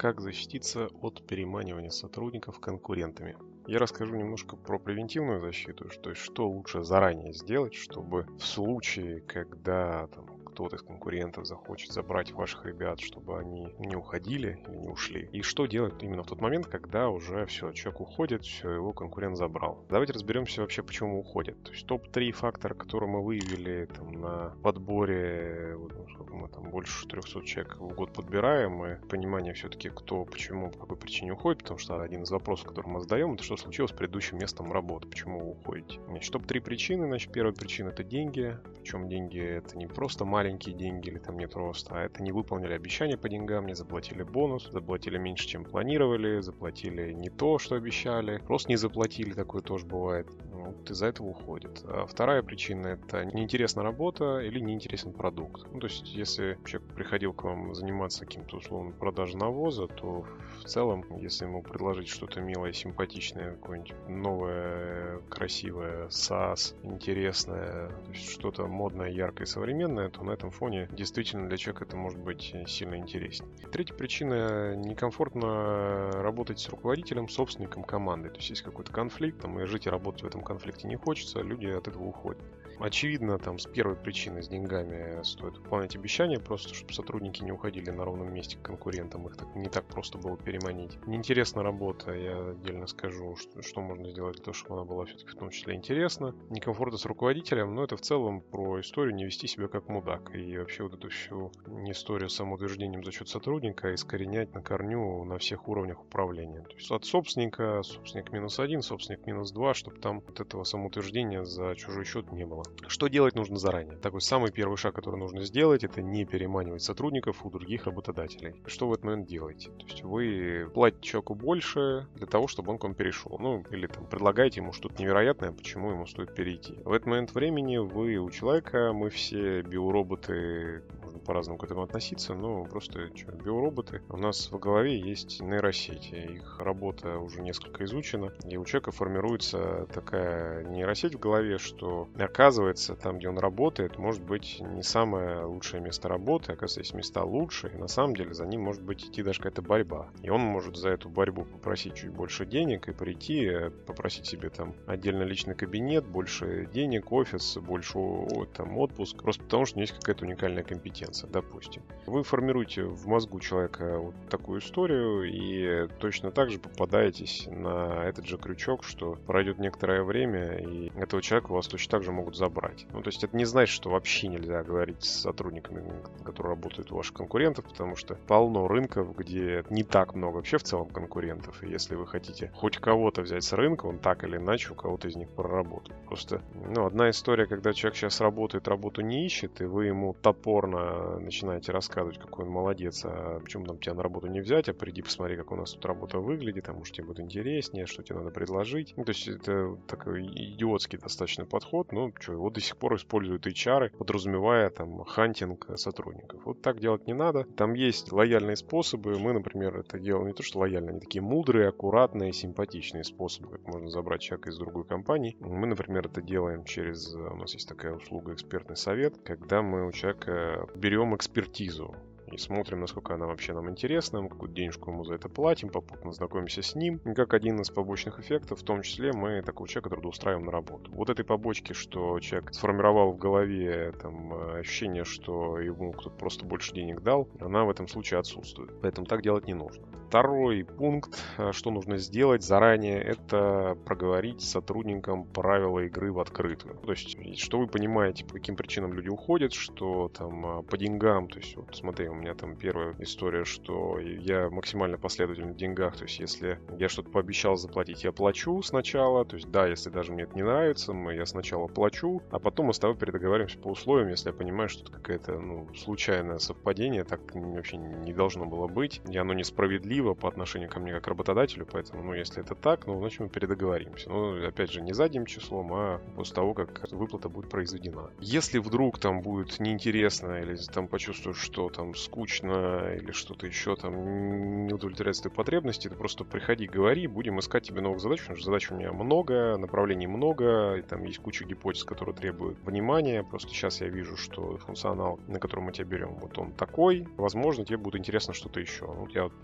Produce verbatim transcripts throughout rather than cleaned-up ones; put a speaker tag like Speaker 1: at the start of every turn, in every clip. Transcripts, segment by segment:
Speaker 1: Как защититься от переманивания сотрудников конкурентами. Я расскажу немножко про превентивную защиту, то есть что лучше заранее сделать, чтобы в случае, когда там, кто-то из конкурентов захочет забрать ваших ребят, чтобы они не уходили или не ушли. И что делать именно в тот момент, когда уже все, человек уходит, все, его конкурент забрал. Давайте разберемся вообще, почему уходит. То есть топ три фактора, которые мы выявили там, на подборе, вот, ну, сколько мы там больше трехсот человек в год подбираем, и понимание все-таки, кто, почему, по какой причине уходит, потому что один из вопросов, который мы задаем, это что случилось с предыдущим местом работы, почему вы уходите. Значит, топ три причины. Значит, первая причина — это деньги. Причем деньги — это не просто маленькие деньги или там нет роста, а это не выполнили обещания по деньгам, не заплатили бонус, заплатили меньше, чем планировали, заплатили не то, что обещали, просто не заплатили, такое тоже бывает. Вот из-за этого уходит. А вторая причина — это неинтересна работа или неинтересен продукт. Ну, то есть, если человек приходил к вам заниматься каким-то условно продажей навоза, то в целом, если ему предложить что-то милое, симпатичное, какое-нибудь новое, красивое, SaaS, интересное, то есть что-то модное, яркое, современное, то на этом фоне действительно для человека это может быть сильно интереснее. Третья причина — некомфортно работать с руководителем, собственником команды. То есть есть какой-то конфликт, там, и жить и работать в этом конфликте не хочется, люди от этого уходят. Очевидно, там с первой причиной, с деньгами, стоит выполнять обещания, просто чтобы сотрудники не уходили на ровном месте к конкурентам, их так, не так просто было переманить. Неинтересна работа, я отдельно скажу, что, что можно сделать для того, чтобы она была все-таки в том числе интересна. Некомфортно с руководителем, но это в целом про историю не вести себя как мудак. И вообще вот эту всю историю с самоутверждением за счет сотрудника искоренять на корню на всех уровнях управления. То есть от собственника, собственник минус один, собственник минус два, чтобы там вот этого самоутверждения за чужой счет не было. Что делать нужно заранее? Такой самый первый шаг, который нужно сделать, это не переманивать сотрудников у других работодателей. Что в этот момент делаете? То есть вы платите человеку больше для того, чтобы он к вам перешел. Ну, или там предлагаете ему что-то невероятное, почему ему стоит перейти. В этот момент времени вы у человека, мы все биороботы, можно по-разному к этому относиться, но просто что, биороботы. У нас в голове есть нейросети. Их работа уже несколько изучена, и у человека формируется такая нейросеть в голове, что оказывается, там, где он работает, может быть не самое лучшее место работы, оказывается, есть места лучше, и на самом деле за ним может быть идти даже какая-то борьба. И он может за эту борьбу попросить чуть больше денег и прийти, попросить себе там отдельно личный кабинет, больше денег, офис, больше там отпуск, просто потому что у него есть какая-то уникальная компетенция, допустим. Вы формируете в мозгу человека вот такую историю и точно так же попадаетесь на этот же крючок, что пройдет некоторое время, и этого человека у вас точно так же могут забрать. Ну, то есть это не значит, что вообще нельзя говорить с сотрудниками, которые работают у ваших конкурентов, потому что полно рынков, где не так много вообще в целом конкурентов. И если вы хотите хоть кого-то взять с рынка, он так или иначе у кого-то из них проработает. Просто, ну, одна история, когда человек сейчас работает, работу не ищет, и вы ему топорно начинаете рассказывать, какой он молодец, а почему там тебя на работу не взять, а приди посмотри, как у нас тут работа выглядит, а может тебе будет интереснее, что тебе надо предложить. Ну, то есть это такой идиотский достаточно подход, но что, его до сих пор используют эйч ар, подразумевая там хантинг сотрудников. Вот так делать не надо. Там есть лояльные способы. Мы, например, это делаем не то, что лояльно, они такие мудрые, аккуратные, симпатичные способы, как можно забрать человека из другой компании. Мы, например, это делаем через... У нас есть такая услуга «Экспертный совет», когда мы у человека берем экспертизу и смотрим, насколько она вообще нам интересна, мы какую-то денежку ему за это платим, попутно знакомимся с ним. И как один из побочных эффектов, в том числе, мы такого человека трудоустраиваем на работу. Вот этой побочки, что человек сформировал в голове там, ощущение, что ему кто-то просто больше денег дал, она в этом случае отсутствует. Поэтому так делать не нужно. Второй пункт, что нужно сделать заранее, это проговорить с сотрудником правила игры в открытую. То есть, что вы понимаете, по каким причинам люди уходят, что там по деньгам, то есть, вот смотри, у меня там первая история, что я максимально последователен в деньгах, то есть, если я что-то пообещал заплатить, я плачу сначала, то есть, да, если даже мне это не нравится, я сначала плачу, а потом мы с тобой передоговариваемся по условиям, если я понимаю, что это какое-то, ну, случайное совпадение, так вообще не должно было быть, и оно несправедливо по отношению ко мне как работодателю, поэтому, ну, если это так, ну, значит, мы передоговоримся. Ну, опять же, не задним числом, а после того, как выплата будет произведена. Если вдруг там будет неинтересно, или там почувствуешь, что там скучно, или что-то еще там не удовлетворяет твои потребности, ты просто приходи, говори, будем искать тебе новых задач, потому что задач у меня много, направлений много, и там есть куча гипотез, которые требуют внимания. Просто сейчас я вижу, что функционал, на который мы тебя берем, вот он такой. Возможно, тебе будет интересно что-то еще. Вот я вот предлагаю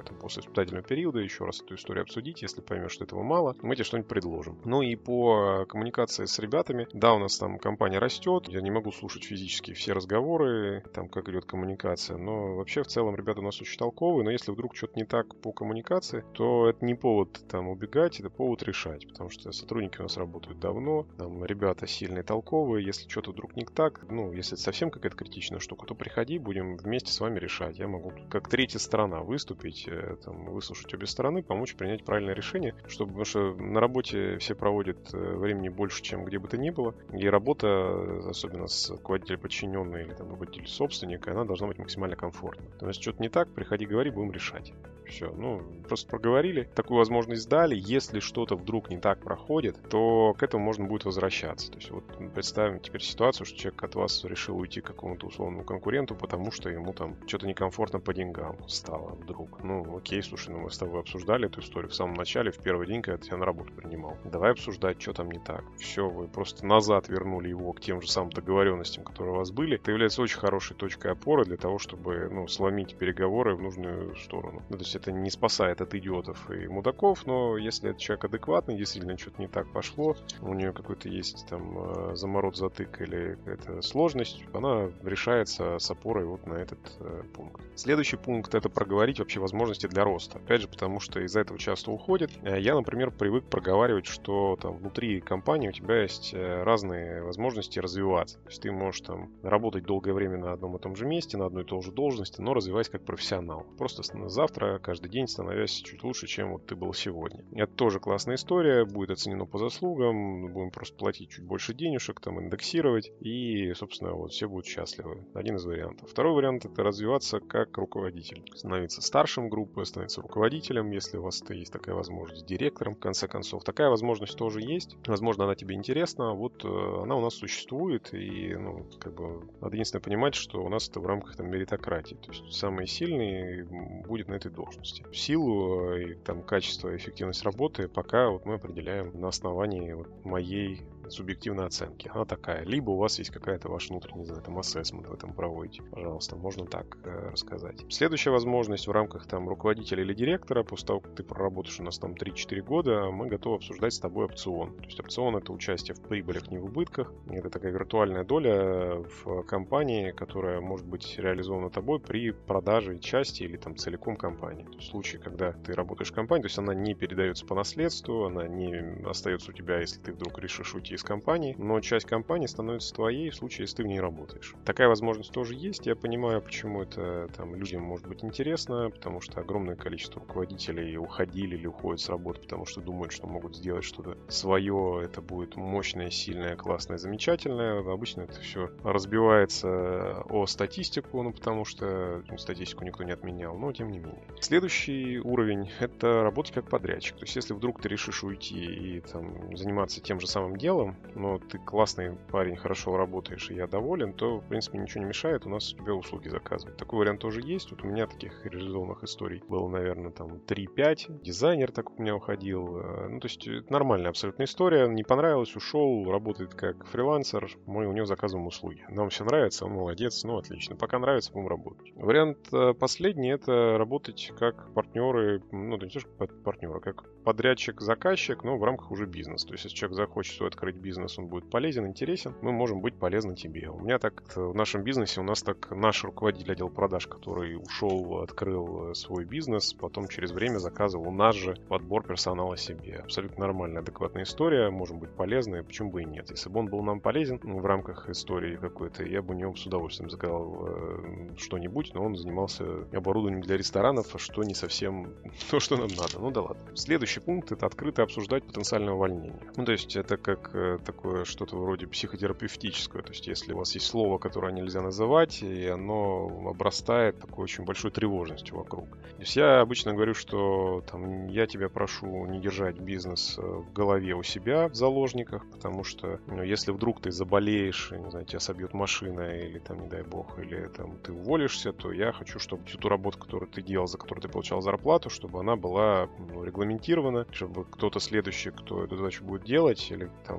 Speaker 1: там, после испытательного периода еще раз эту историю обсудить. Если поймешь, что этого мало, мы тебе что-нибудь предложим. Ну и по коммуникации с ребятами, да, у нас там компания растет, я не могу слушать физически все разговоры, там, как идет коммуникация, но вообще в целом ребята у нас очень толковые, но если вдруг что-то не так по коммуникации, то это не повод там убегать, это повод решать, потому что сотрудники у нас работают давно, там ребята сильные, толковые, если что-то вдруг не так, ну, если это совсем какая-то критичная штука, то приходи, будем вместе с вами решать. Я могу как третья сторона выступить, там, выслушать обе стороны, помочь принять правильное решение, чтобы, потому что на работе все проводят времени больше, чем где бы то ни было, и работа, особенно с руководителем подчиненной или там руководителем собственника, она должна быть максимально комфортной. То есть что-то не так, приходи, говори, будем решать. Все, ну, просто проговорили, такую возможность дали. Если что-то вдруг не так проходит, то к этому можно будет возвращаться. То есть вот представим теперь ситуацию, что человек от вас решил уйти к какому-то условному конкуренту, потому что ему там что-то некомфортно по деньгам стало вдруг. Ну, окей, слушай, ну мы с тобой обсуждали эту историю в самом начале, в первый день, когда я тебя на работу принимал. Давай обсуждать, что там не так. Все, вы просто назад вернули его к тем же самым договоренностям, которые у вас были. Это является очень хорошей точкой опоры для того, чтобы, ну, сломить переговоры в нужную сторону. Ну, то есть это не спасает от идиотов и мудаков, но если этот человек адекватный, действительно что-то не так пошло, у нее какой-то есть там заморот, затык или какая-то сложность, она решается с опорой вот на этот э, пункт. Следующий пункт — это проговорить вообще возможности для роста. Опять же, потому что из-за этого часто уходит. Я, например, привык проговаривать, что там внутри компании у тебя есть разные возможности развиваться. То есть ты можешь там работать долгое время на одном и том же месте, на одной и той же должности, но развиваясь как профессионал. Просто завтра, каждый день становясь чуть лучше, чем вот ты был сегодня. Это тоже классная история, будет оценено по заслугам, будем просто платить чуть больше денежек, там индексировать, и, собственно, вот все будут счастливы. Один из вариантов. Второй вариант — это развиваться как руководитель. Становиться старшим группы, становиться руководителем, если у вас есть такая возможность, директором, в конце концов. Такая возможность тоже есть. Возможно, она тебе интересна. Вот она у нас существует, и, ну, как бы, надо единственное понимать, что у нас это в рамках там меритократии. То есть самый сильный будет на этой должности. Силу и там качество и эффективность работы пока вот мы определяем на основании вот моей субъективной оценки. Она такая. Либо у вас есть какая-то ваша внутренняя, не знаю, там, ассессмент в этом проводите. Пожалуйста, можно так э, рассказать. Следующая возможность в рамках там руководителя или директора, после того, как ты проработаешь у нас там три-четыре года, мы готовы обсуждать с тобой опцион. То есть опцион — это участие в прибылях, не в убытках. Это такая виртуальная доля в компании, которая может быть реализована тобой при продаже части или там целиком компании. То есть в случае, когда ты работаешь в компании, то есть она не передается по наследству, она не остается у тебя, если ты вдруг решишь уйти из компании, но часть компании становится твоей в случае, если ты в ней работаешь. Такая возможность тоже есть. Я понимаю, почему это там людям может быть интересно, потому что огромное количество руководителей уходили или уходят с работы, потому что думают, что могут сделать что-то свое, это будет мощное, сильное, классное, замечательное. Обычно это все разбивается о статистику, ну потому что статистику никто не отменял, но тем не менее. Следующий уровень — это работать как подрядчик. То есть если вдруг ты решишь уйти и там заниматься тем же самым делом, но ты классный парень, хорошо работаешь, и я доволен, то, в принципе, ничего не мешает у нас у тебя услуги заказывать. Такой вариант тоже есть. Вот у меня таких реализованных историй было, наверное, там три-пять. Дизайнер так у меня уходил. Ну, то есть, это нормальная абсолютно история. Не понравилось, ушел, работает как фрилансер. Мы у него заказываем услуги. Нам все нравится, он молодец, ну, отлично. Пока нравится, будем работать. Вариант последний — это работать как партнеры, ну, не то, что партнеры, как подрядчик-заказчик, но в рамках уже бизнеса. То есть, если человек захочет свой открыть бизнес, он будет полезен, интересен, мы можем быть полезны тебе. У меня так в нашем бизнесе, у нас так наш руководитель отдела продаж, который ушел, открыл свой бизнес, потом через время заказывал у нас же подбор персонала себе. Абсолютно нормальная, адекватная история, можем быть полезны, почему бы и нет. Если бы он был нам полезен в рамках истории какой-то, я бы у него с удовольствием заказал э, что-нибудь, но он занимался оборудованием для ресторанов, что не совсем то, что нам надо. Ну да ладно. Следующий пункт — это открыто обсуждать потенциальное увольнение. Ну то есть это как э, такое что-то вроде психотерапевтическое. То есть если у вас есть слово, которое нельзя называть, и оно обрастает такой очень большой тревожностью вокруг. То есть я обычно говорю, что там, я тебя прошу не держать бизнес в голове у себя в заложниках, потому что ну, если вдруг ты заболеешь, не знаю, тебя собьет машина, или там, не дай бог, или там ты уволишься, то я хочу, чтобы всю ту работу, которую ты делал, за которую ты получал зарплату, чтобы она была ну, регламентирована, чтобы кто-то следующий, кто эту задачу будет делать, или там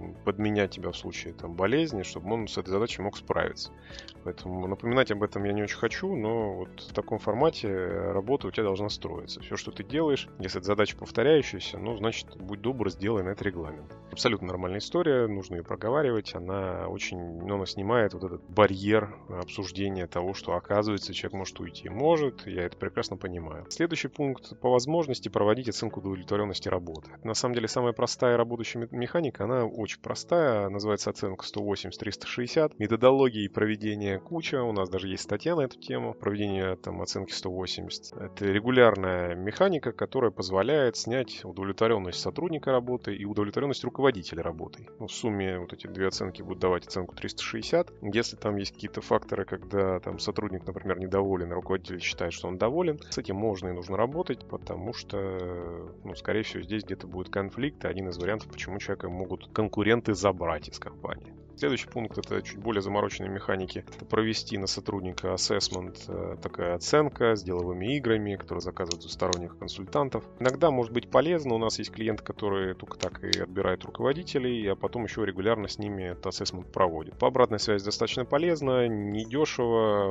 Speaker 1: подменять тебя в случае там, болезни, чтобы он с этой задачей мог справиться. Поэтому напоминать об этом я не очень хочу, но вот в таком формате работа у тебя должна строиться. Все, что ты делаешь, если это задача повторяющаяся, ну, значит, будь добр, сделай на это регламент. Абсолютно нормальная история, нужно ее проговаривать. Она очень, ну, она снимает вот этот барьер обсуждения того, что, оказывается, человек может уйти. Может, я это прекрасно понимаю. Следующий пункт: по возможности проводить оценку удовлетворенности работы. На самом деле, самая простая работающая механика, она очень простая, называется оценка сто восемьдесят триста шестьдесят. Методологии проведения куча, у нас даже есть статья на эту тему, проведение там оценки сто восемьдесят. Это регулярная механика, которая позволяет снять удовлетворенность сотрудника работы и удовлетворенность руководителя работой. Ну, в сумме вот эти две оценки будут давать оценку триста шестьдесят. Если там есть какие-то факторы, когда там сотрудник, например, недоволен, а руководитель считает, что он доволен, с этим можно и нужно работать, потому что, ну, скорее всего, здесь где-то будет конфликт, и один из вариантов, почему человека могут конкуренты забрать из компании. Следующий пункт — это чуть более замороченные механики. Это провести на сотрудника assessment, такая оценка с деловыми играми, которые заказывают у сторонних консультантов. Иногда может быть полезно. У нас есть клиенты, которые только так и отбирают руководителей, а потом еще регулярно с ними этот assessment проводят. По обратной связи достаточно полезно, недешево,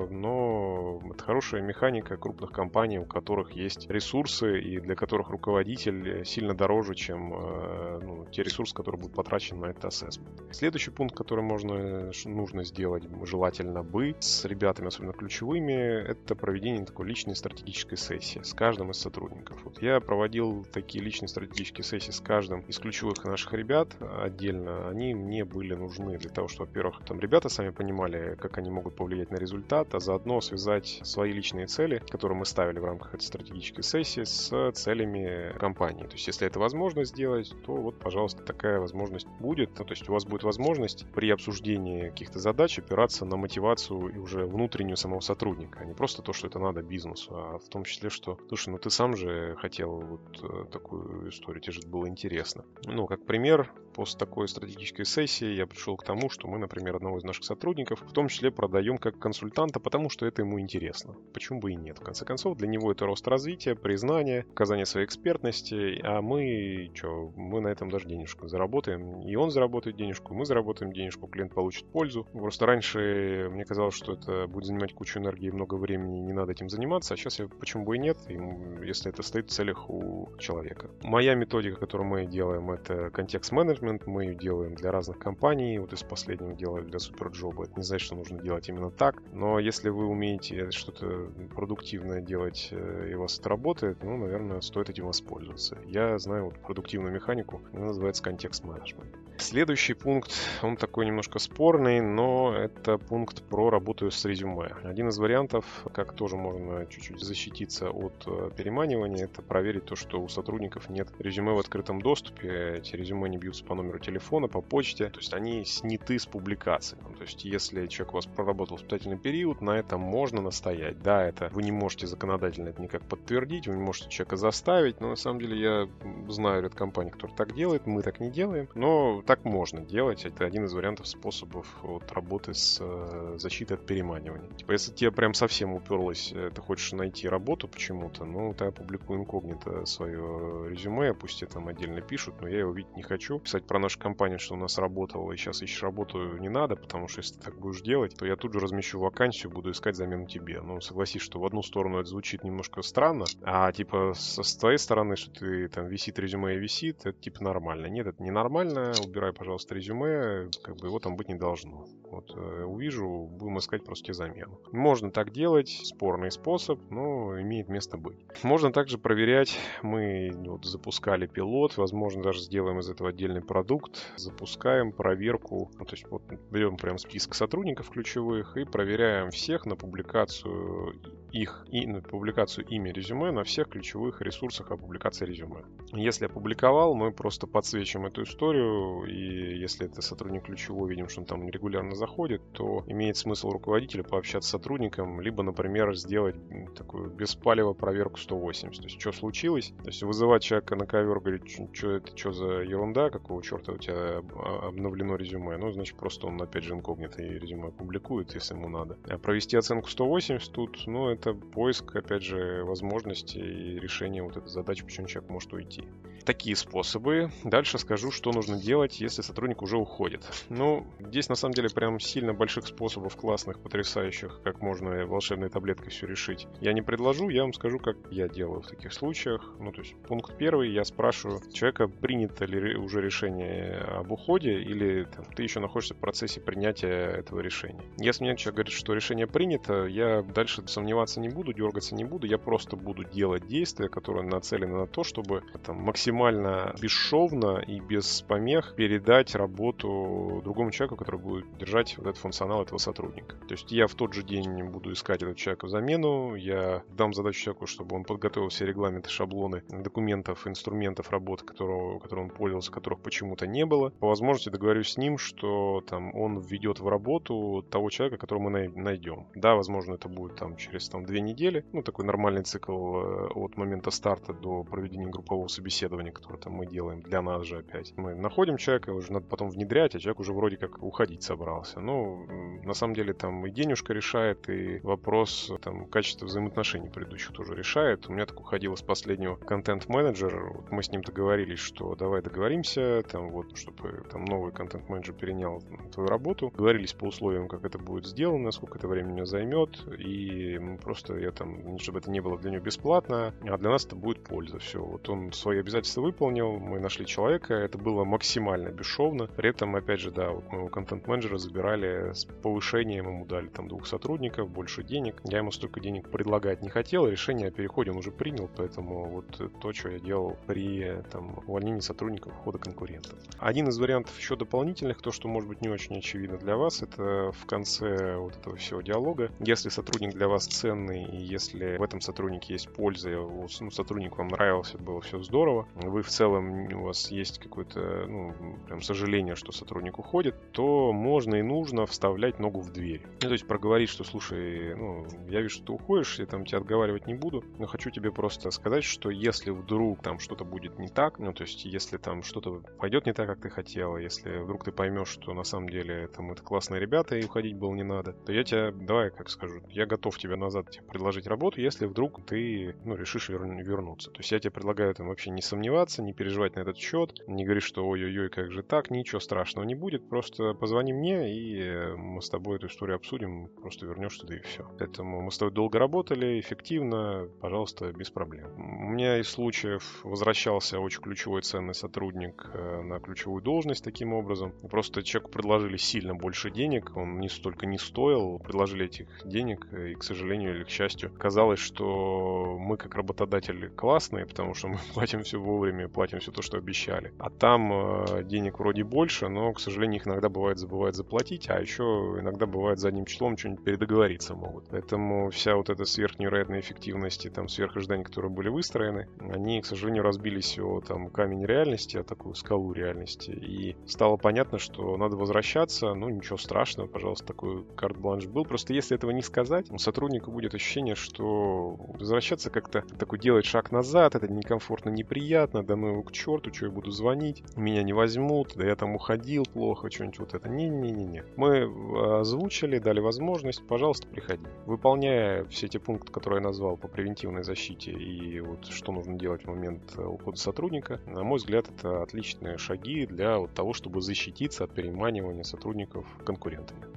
Speaker 1: но это хорошая механика крупных компаний, у которых есть ресурсы и для которых руководитель сильно дороже, чем ну, те ресурсы, которые будут потрачены на этот assessment. Следующий пункт, который можно, нужно сделать, желательно бы, с ребятами, особенно ключевыми, это проведение такой личной стратегической сессии с каждым из сотрудников. Вот я проводил такие личные стратегические сессии с каждым из ключевых наших ребят отдельно. Они мне были нужны для того, чтобы, во-первых, там ребята сами понимали, как они могут повлиять на результат, а заодно связать свои личные цели, которые мы ставили в рамках этой стратегической сессии, с целями компании. То есть, если это возможно сделать, то вот, пожалуйста, такая возможность будет. Ну, то есть, у вас будет возможность при обсуждении каких-то задач опираться на мотивацию и уже внутреннюю самого сотрудника, а не просто то, что это надо бизнесу, а в том числе, что, слушай, ну ты сам же хотел вот такую историю, тебе же это было интересно. Ну, как пример, после такой стратегической сессии я пришел к тому, что мы, например, одного из наших сотрудников в том числе продаем как консультанта, потому что это ему интересно. Почему бы и нет? В конце концов, для него это рост развития, признание, показание своей экспертности, а мы, что, мы на этом даже денежку заработаем, и он заработает денежку, мы заработаем денежку, клиент получит пользу. Просто раньше мне казалось, что это будет занимать кучу энергии и много времени, не надо этим заниматься, а сейчас я почему бы и нет, если это стоит в целях у человека. Моя методика, которую мы делаем, это контекст-менеджмент, мы ее делаем для разных компаний, вот из последнего делали для Суперджоба, это не значит, что нужно делать именно так, но если вы умеете что-то продуктивное делать и у вас это работает, ну, наверное, стоит этим воспользоваться. Я знаю вот продуктивную механику, она называется контекст-менеджмент. Следующий пункт, он такой немножко спорный, но это пункт про работу с резюме. Один из вариантов, как тоже можно чуть-чуть защититься от переманивания, это проверить то, что у сотрудников нет резюме в открытом доступе. Эти резюме не бьются по номеру телефона, по почте, то есть они сняты с публикации. То есть если человек у вас проработал испытательный период, на этом можно настоять. Да, это вы не можете законодательно это никак подтвердить, вы не можете человека заставить, но на самом деле я знаю ряд компаний, которые так делают, мы так не делаем, но так можно делать. Это один из вариантов способов вот, работы с э, защитой от переманивания. Типа, если тебе прям совсем уперлось, ты хочешь найти работу почему-то, ну, ты опубликуй инкогнито свое резюме, пусть тебе там отдельно пишут, но я его видеть не хочу. Писать про нашу компанию, что у нас работало, и сейчас ищешь работу, не надо, потому что если ты так будешь делать, то я тут же размещу вакансию, буду искать замену тебе. Ну, согласись, что в одну сторону это звучит немножко странно, а типа со, с твоей стороны, что ты там висит резюме и висит, это типа нормально. Нет, это не нормально, убирай, пожалуйста, резюме, как бы его там быть не должно. Вот э, увижу, будем искать просто тебе замену. Можно так делать, спорный способ, но имеет место быть. Можно также проверять, мы вот запускали пилот, возможно, даже сделаем из этого отдельный продукт, запускаем проверку, ну, то есть вот берем прям список сотрудников ключевых и проверяем всех на публикацию их и на публикацию имя резюме на всех ключевых ресурсах о публикации резюме. Если опубликовал, мы просто подсвечиваем эту историю, и если это сотрудник ключевой, видим, что он там регулярно заходит, то имеет смысл руководителя пообщаться с сотрудником, либо, например, сделать такую беспалево проверку сто восемьдесят. То есть, что случилось? То есть, вызывать человека на ковер, говорить, что это что за ерунда, какого черта у тебя обновлено резюме. Ну, значит, просто он, опять же, инкогнито и резюме публикует, если ему надо. А провести оценку сто восемьдесят тут, ну, это поиск, опять же, возможностей и решения вот этой задачи, почему человек может уйти. Такие способы. Дальше скажу, что нужно делать, если сотрудник уже уходит. Ну, здесь на самом деле прям сильно больших способов классных, потрясающих, как можно волшебной таблеткой все решить, я не предложу, я вам скажу, как я делаю в таких случаях. Ну, то есть пункт первый, я спрашиваю человека, принято ли уже решение об уходе, или там, ты еще находишься в процессе принятия этого решения. Если мне человек говорит, что решение принято, я дальше сомневаться не буду, дергаться не буду, я просто буду делать действия, которые нацелены на то, чтобы там, максимально бесшовно и без помех передать работу другому человеку, который будет держать вот этот функционал этого сотрудника. То есть я в тот же день буду искать этого человека замену, я дам задачу человеку, чтобы он подготовил все регламенты, шаблоны документов, инструментов работы, которого, которым он пользовался, которых почему-то не было. По возможности договорюсь с ним, что там, он введет в работу того человека, которого мы найдем. Да, возможно, это будет там, через там, две недели, ну такой нормальный цикл от момента старта до проведения группового собеседования, которое там мы делаем для нас же опять. Мы находим человека, уже надо потом внедрять, а человек уже вроде как уходить собрался. Ну, на самом деле там и денежка решает, и вопрос там, качества взаимоотношений предыдущих тоже решает. У меня так уходило с последнего контент-менеджера. Вот мы с ним договорились, что давай договоримся, там вот, чтобы там новый контент-менеджер перенял твою работу. Договорились по условиям, как это будет сделано, сколько это времени займет, и просто я там, чтобы это не было для него бесплатно, а для нас это будет польза. Все, вот он свои обязательства выполнил, мы нашли человека, это было максимально бесшовно. При этом, опять же, да, вот моего контент-менеджера забирали с повышением, ему дали там двух сотрудников, больше денег. Я ему столько денег предлагать не хотел, решение о переходе он уже принял, поэтому вот то, что я делал при там, увольнении сотрудников, ухода конкурентов. Один из вариантов еще дополнительных, то, что может быть не очень очевидно для вас, это в конце вот этого всего диалога. Если сотрудник для вас ценный, и если в этом сотруднике есть польза, ну, сотрудник вам нравился, было все здорово, вы в целом, у вас есть какое-то, ну, прям сожаление, что сотрудник уходит, то можно и нужно вставлять ногу в дверь. Ну, то есть проговорить, что, слушай, ну, я вижу, что ты уходишь, я там тебя отговаривать не буду, но хочу тебе просто сказать, что если вдруг там что-то будет не так, ну, то есть если там что-то пойдет не так, как ты хотела, если вдруг ты поймешь, что на самом деле там это классные ребята и уходить было не надо, то я тебе, давай, как скажу, я готов тебе назад тебе предложить работу, если вдруг ты, ну, решишь вер- вернуться. То есть я тебе предлагаю там вообще не сомневаться, не переживать на этот счет, не говорить, что ой-ой-ой, как же так, ничего страшного не будет, просто позвони мне, и мы с тобой эту историю обсудим, просто вернешь туда и все. Поэтому мы с тобой долго работали, эффективно, пожалуйста, без проблем. У меня из случаев возвращался очень ключевой ценный сотрудник на ключевую должность таким образом. Просто человеку предложили сильно больше денег, он не столько не стоил, предложили этих денег, и, к сожалению или к счастью, казалось, что мы как работодатели классные, потому что мы платим все вовремя, платим все то, что обещали. А там э, денег вроде больше, но, к сожалению, их иногда бывает забывают заплатить, а еще иногда бывает задним числом что-нибудь передоговориться могут. Поэтому вся вот эта сверхневероятная эффективность и там сверхождания, которые были выстроены, они, к сожалению, разбились о там камень реальности, о такую скалу реальности. И стало понятно, что надо возвращаться, ну ничего страшного, пожалуйста, такой карт-бланш был. Просто если этого не сказать, у сотрудника будет ощущение, что возвращаться как-то такой делать шаг назад, это некомфортно, неприятно, да ну его к черту, что я буду звонить, меня не возьмут, да я там уходил плохо, что-нибудь вот это. Не-не-не-не. Мы озвучили, дали возможность, пожалуйста, приходи. Выполняя все эти пункты, которые я назвал по превентивной защите и вот что нужно делать в момент ухода сотрудника, на мой взгляд, это отличные шаги для вот того, чтобы защититься от переманивания сотрудников конкурентами.